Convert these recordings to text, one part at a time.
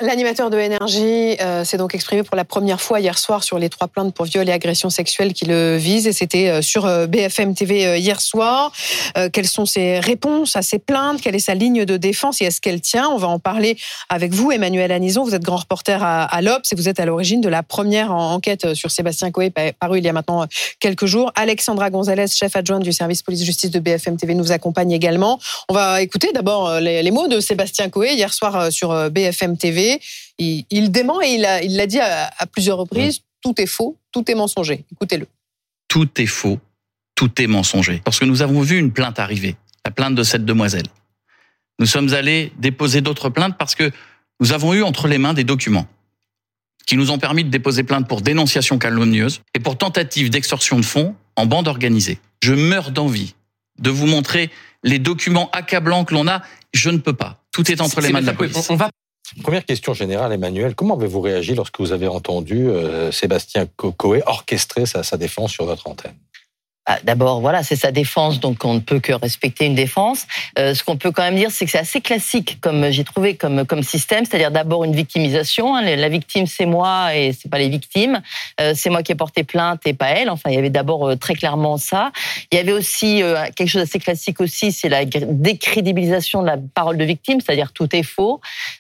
L'animateur de Énergie s'est donc exprimé pour la première fois hier soir sur les 3 plaintes pour viol et agression sexuelle qui le visent. Et c'était sur BFM TV hier soir. Quelles sont ses réponses à ces plaintes? Quelle est sa ligne de défense et est-ce qu'elle tient? On va en parler avec vous, Emmanuel Anison. Vous êtes grand reporter à l'Obs et vous êtes à l'origine de la première enquête sur Sébastien Coé, parue il y a maintenant quelques jours. Alexandra Gonzalez, chef adjointe du service police-justice de BFM TV, nous accompagne également. On va écouter d'abord les mots de Sébastien Coé hier soir sur BFM TV. Il dément et il l'a dit à plusieurs reprises, tout est faux, tout est mensonger. Écoutez-le. Tout est faux, tout est mensonger. Parce que nous avons vu une plainte arriver, la plainte de cette demoiselle. Nous sommes allés déposer d'autres plaintes parce que nous avons eu entre les mains des documents qui nous ont permis de déposer plainte pour dénonciation calomnieuse et pour tentative d'extorsion de fonds en bande organisée. Je meurs d'envie de vous montrer les documents accablants que l'on a. Je ne peux pas. Tout est entre les mains de la police. Première question générale, Emmanuel. Comment avez-vous réagi lorsque vous avez entendu Sébastien Coé orchestrer sa défense sur votre antenne? D'abord, voilà, c'est sa défense, donc on ne peut que respecter une défense. Ce qu'on peut quand même dire, c'est que c'est assez classique, comme j'ai trouvé comme système, c'est-à-dire d'abord une victimisation. La victime, c'est moi et c'est pas les victimes. C'est moi qui ai porté plainte et pas elle. Enfin, il y avait d'abord très clairement ça. Il y avait aussi quelque chose d'assez classique aussi, c'est la décrédibilisation de la parole de victime, c'est-à-dire tout est faux,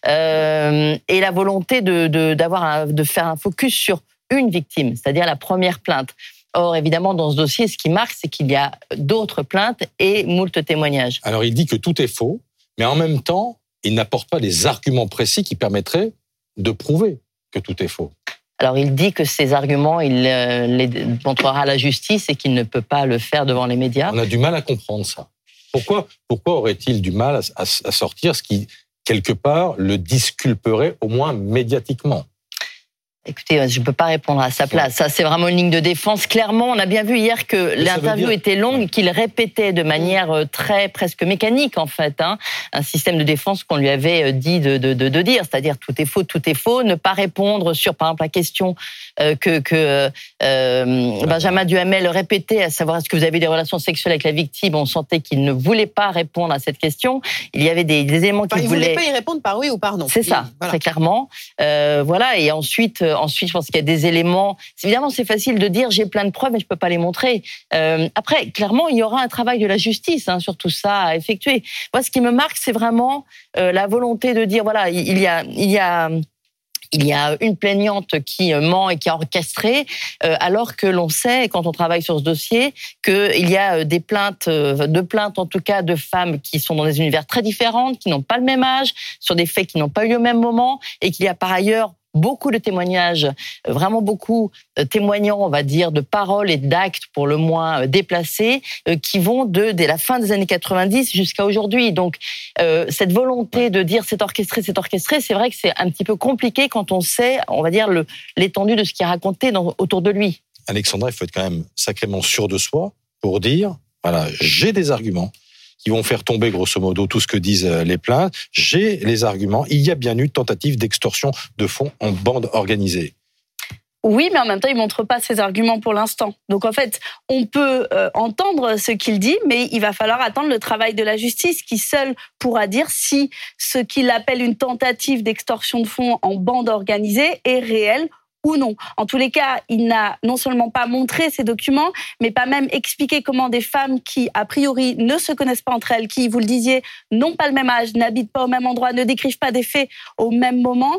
et la volonté de faire un focus sur une victime, c'est-à-dire la première plainte. Or, évidemment, dans ce dossier, ce qui marque, c'est qu'il y a d'autres plaintes et moult témoignages. Alors, il dit que tout est faux, mais en même temps, il n'apporte pas les arguments précis qui permettraient de prouver que tout est faux. Alors, il dit que ces arguments, il les montrera à la justice et qu'il ne peut pas le faire devant les médias. On a du mal à comprendre ça. Pourquoi aurait-il du mal à sortir ce qui, quelque part, le disculperait, au moins médiatiquement ? Écoutez, je ne peux pas répondre à sa place. Ça, c'est vraiment une ligne de défense. Clairement, on a bien vu hier que l'interview était longue, qu'il répétait de manière presque mécanique, en fait, un système de défense qu'on lui avait dit de dire, c'est-à-dire tout est faux, ne pas répondre sur, par exemple, la question que Benjamin Duhamel répétait, à savoir est-ce que vous avez des relations sexuelles avec la victime. On sentait qu'il ne voulait pas répondre à cette question. Il y avait des éléments qu'il voulait... Il ne voulait pas y répondre par oui ou par non. C'est ça, voilà. Très clairement. Voilà, et ensuite, je pense qu'il y a des éléments... Évidemment, c'est facile de dire j'ai plein de preuves, mais je peux pas les montrer. Après, clairement, il y aura un travail de la justice sur tout ça à effectuer. Moi, ce qui me marque, c'est vraiment la volonté de dire voilà, il y a une plaignante qui ment et qui a orchestré, alors que l'on sait, quand on travaille sur ce dossier, qu'il y a deux plaintes en tout cas, de femmes qui sont dans des univers très différents, qui n'ont pas le même âge, sur des faits qui n'ont pas eu au même moment, et qu'il y a par ailleurs beaucoup de témoignages, vraiment beaucoup témoignant, on va dire, de paroles et d'actes pour le moins déplacés, qui vont dès la fin des années 90 jusqu'à aujourd'hui. Donc, cette volonté de dire c'est orchestré, c'est vrai que c'est un petit peu compliqué quand on sait, on va dire, l'étendue de ce qui est raconté autour de lui. Alexandra, il faut être quand même sacrément sûr de soi pour dire, voilà, j'ai des arguments qui vont faire tomber grosso modo tout ce que disent les plaintes. J'ai les arguments. Il y a bien eu tentative d'extorsion de fonds en bande organisée. Oui, mais en même temps, il ne montre pas ses arguments pour l'instant. Donc en fait, on peut entendre ce qu'il dit, mais il va falloir attendre le travail de la justice qui seul pourra dire si ce qu'il appelle une tentative d'extorsion de fonds en bande organisée est réel ou non. En tous les cas, il n'a non seulement pas montré ces documents, mais pas même expliqué comment des femmes qui, a priori, ne se connaissent pas entre elles, qui, vous le disiez, n'ont pas le même âge, n'habitent pas au même endroit, ne décrivent pas des faits au même moment,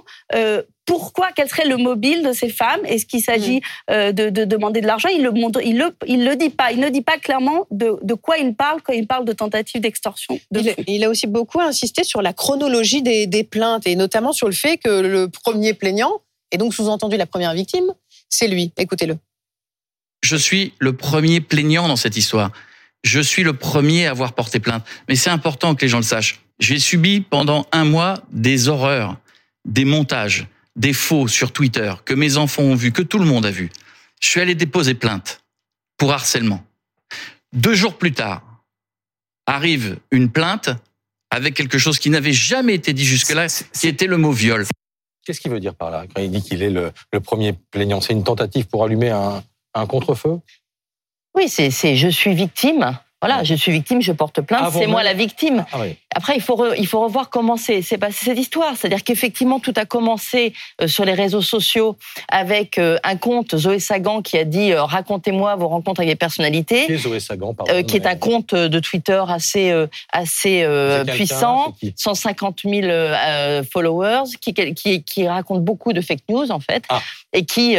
quel serait le mobile de ces femmes? Est-ce qu'il s'agit de demander de l'argent? Il le dit pas. Il ne dit pas clairement de quoi il parle quand il parle de tentative d'extorsion. Il a aussi beaucoup insisté sur la chronologie des plaintes, et notamment sur le fait que le premier plaignant, et donc sous-entendu la première victime, c'est lui. Écoutez-le. Je suis le premier plaignant dans cette histoire. Je suis le premier à avoir porté plainte. Mais c'est important que les gens le sachent. J'ai subi pendant 1 mois des horreurs, des montages, des faux sur Twitter que mes enfants ont vus, que tout le monde a vu. Je suis allé déposer plainte pour harcèlement. 2 jours plus tard, arrive une plainte avec quelque chose qui n'avait jamais été dit jusque-là, qui était le mot viol. Qu'est-ce qu'il veut dire par là quand il dit qu'il est le premier plaignant? C'est une tentative pour allumer un contre-feu? Oui, c'est je suis victime. Voilà, je suis victime, je porte plainte, c'est moi la victime. Oui. Après, il faut revoir comment c'est passé cette histoire. C'est-à-dire qu'effectivement, tout a commencé sur les réseaux sociaux avec un compte, Zoé Sagan, qui a dit « Racontez-moi vos rencontres avec les personnalités ». Qui est Zoé Sagan, pardon, qui est un compte de Twitter assez puissant, 150 000 followers, qui raconte beaucoup de fake news, en fait, et qui...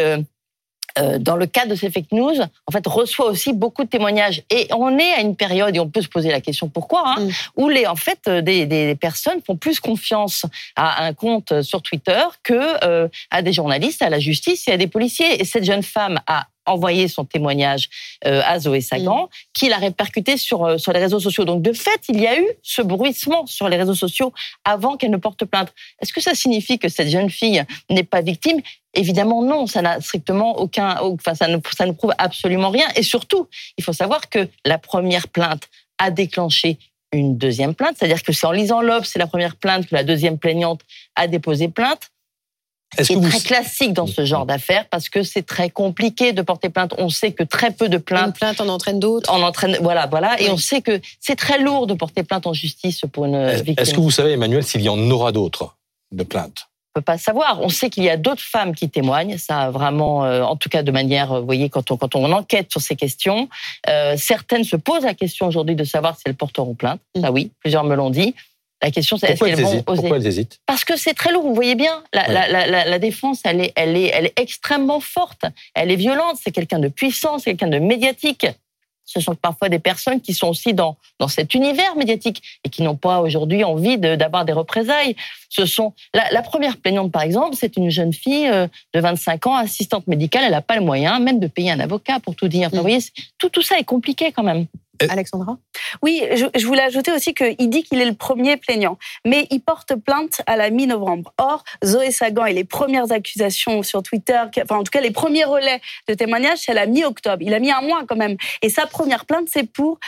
dans le cadre de ces fake news, en fait, reçoit aussi beaucoup de témoignages. Et on est à une période, et on peut se poser la question pourquoi, où des personnes font plus confiance à un compte sur Twitter que à des journalistes, à la justice et à des policiers. Et cette jeune femme a envoyé son témoignage à Zoé Sagan, qui l'a répercuté sur les réseaux sociaux. Donc, de fait, il y a eu ce bruissement sur les réseaux sociaux avant qu'elle ne porte plainte. Est-ce que ça signifie que cette jeune fille n'est pas victime ? Évidemment, non. Ça n'a strictement ça ne prouve absolument rien. Et surtout, il faut savoir que la première plainte a déclenché une deuxième plainte. C'est-à-dire que c'est en lisant l'Obs, c'est la première plainte que la deuxième plaignante a déposé plainte. C'est très classique dans ce genre d'affaires parce que c'est très compliqué de porter plainte. On sait que très peu de plaintes... Une plainte en entraîne d'autres. Voilà. Oui. Et on sait que c'est très lourd de porter plainte en justice pour une victime. Est-ce que vous savez, Emmanuel, s'il y en aura d'autres de plaintes ? On peut pas savoir. On sait qu'il y a d'autres femmes qui témoignent. Ça, vraiment, en tout cas de manière, vous voyez, quand on enquête sur ces questions, certaines se posent la question aujourd'hui de savoir si elles porteront plainte. Ah oui, plusieurs me l'ont dit. La question, c'est est-ce qu'elles vont oser ? Pourquoi elles hésitent ? Parce que c'est très lourd. Vous voyez bien, la défense, elle est extrêmement forte. Elle est violente. C'est quelqu'un de puissant, c'est quelqu'un de médiatique. Ce sont parfois des personnes qui sont aussi dans cet univers médiatique et qui n'ont pas aujourd'hui envie d'avoir des représailles. Ce sont la première plaignante, par exemple, c'est une jeune fille de 25 ans, assistante médicale. Elle n'a pas le moyen même de payer un avocat pour tout dire. Vous voyez, tout ça est compliqué quand même. Alexandra ? Oui, je voulais ajouter aussi qu'il dit qu'il est le premier plaignant, mais il porte plainte à la mi-novembre. Or, Zoé Sagan et les premières accusations sur Twitter, enfin en tout cas les premiers relais de témoignages, c'est à la mi-octobre. Il a mis un mois quand même. Et sa première plainte, c'est pour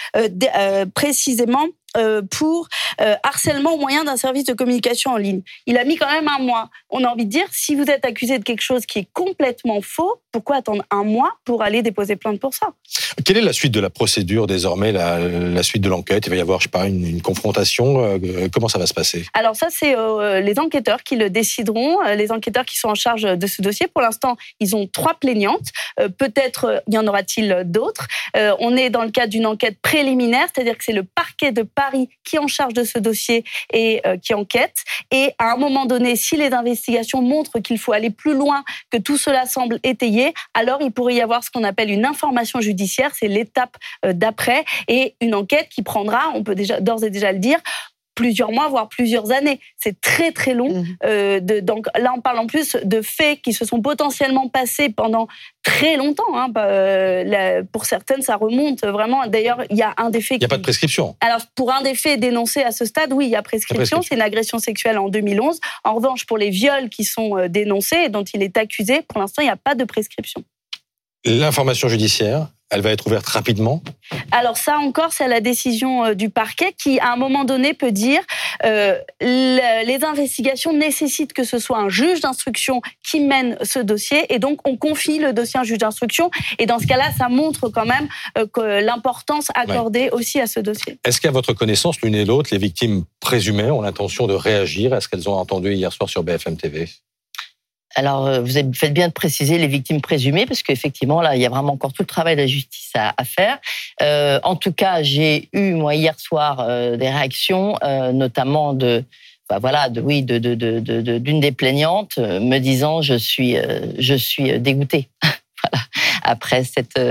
précisément pour harcèlement au moyen d'un service de communication en ligne. Il a mis quand même un mois. On a envie de dire, si vous êtes accusé de quelque chose qui est complètement faux, pourquoi attendre un mois pour aller déposer plainte pour ça ? Quelle est la suite de la procédure désormais, la suite de l'enquête ? Il va y avoir, je sais pas, une confrontation. Comment ça va se passer ? Alors ça, c'est les enquêteurs qui le décideront, les enquêteurs qui sont en charge de ce dossier. Pour l'instant, ils ont 3 plaignantes. Peut-être y en aura-t-il d'autres. On est dans le cadre d'une enquête préliminaire, c'est-à-dire que c'est le parquet de Paris qui est en charge de ce dossier et qui enquête. Et à un moment donné, si les investigations montrent qu'il faut aller plus loin, que tout cela semble étayé, alors il pourrait y avoir ce qu'on appelle une information judiciaire, c'est l'étape d'après, et une enquête qui prendra, on peut d'ores et déjà le dire, plusieurs mois, voire plusieurs années. C'est très, très long. Donc là, on parle en plus de faits qui se sont potentiellement passés pendant très longtemps. Pour certaines, ça remonte vraiment. D'ailleurs, il y a un des faits... Il n'y a pas de prescription. Alors, pour un des faits dénoncés à ce stade, oui, il y a prescription. C'est une agression sexuelle en 2011. En revanche, pour les viols qui sont dénoncés et dont il est accusé, pour l'instant, il n'y a pas de prescription. L'information judiciaire, elle va être ouverte rapidement ? Alors ça encore, c'est la décision du parquet qui, à un moment donné, peut dire les investigations nécessitent que ce soit un juge d'instruction qui mène ce dossier et donc on confie le dossier à un juge d'instruction et dans ce cas-là, ça montre quand même que l'importance accordée aussi à ce dossier. Est-ce qu'à votre connaissance, l'une et l'autre, les victimes présumées ont l'intention de réagir à ce qu'elles ont entendu hier soir sur BFM TV ? Alors, vous faites bien de préciser les victimes présumées, parce qu'effectivement, là, il y a vraiment encore tout le travail de la justice à faire. En tout cas, j'ai eu, moi, hier soir, des réactions, notamment d'une des plaignantes, me disant je suis dégoûtée. Voilà. Après cette...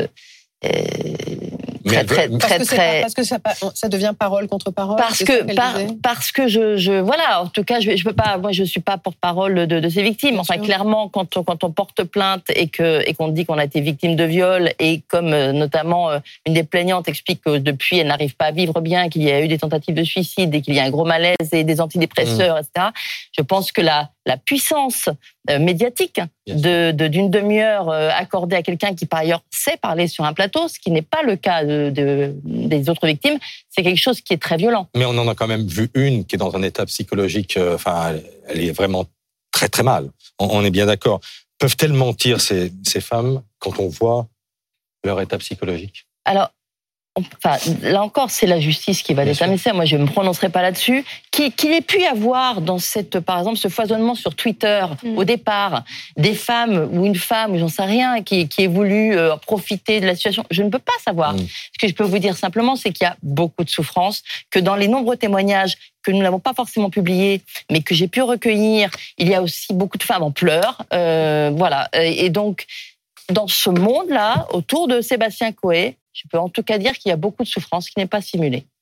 Parce que ça devient parole contre parole. Parce que voilà, en tout cas, je peux pas, moi je suis pas porte-parole de ces victimes. Bien sûr. Clairement, quand on porte plainte et qu'on dit qu'on a été victime de viol et comme notamment une des plaignantes explique que depuis elle n'arrive pas à vivre bien, qu'il y a eu des tentatives de suicide et qu'il y a un gros malaise et des antidépresseurs, etc. Je pense que la puissance médiatique d'une demi-heure accordée à quelqu'un qui par ailleurs sait parler sur un plateau, ce qui n'est pas le cas des autres victimes, c'est quelque chose qui est très violent. Mais on en a quand même vu une qui est dans un état psychologique, elle est vraiment très très mal. On est bien d'accord. Peuvent-elles mentir ces femmes quand on voit leur état psychologique ? Alors, là encore, c'est la justice qui va déterminer ça. Moi, je ne me prononcerai pas là-dessus. Qu'il ait pu y avoir dans par exemple, ce foisonnement sur Twitter, au départ, des femmes ou une femme, ou j'en sais rien, qui ait voulu profiter de la situation, je ne peux pas savoir. Ce que je peux vous dire simplement, c'est qu'il y a beaucoup de souffrance, que dans les nombreux témoignages que nous n'avons pas forcément publiés, mais que j'ai pu recueillir, il y a aussi beaucoup de femmes en pleurs. Voilà. Et donc, dans ce monde-là, autour de Sébastien Coé, je peux en tout cas dire qu'il y a beaucoup de souffrance qui n'est pas simulée.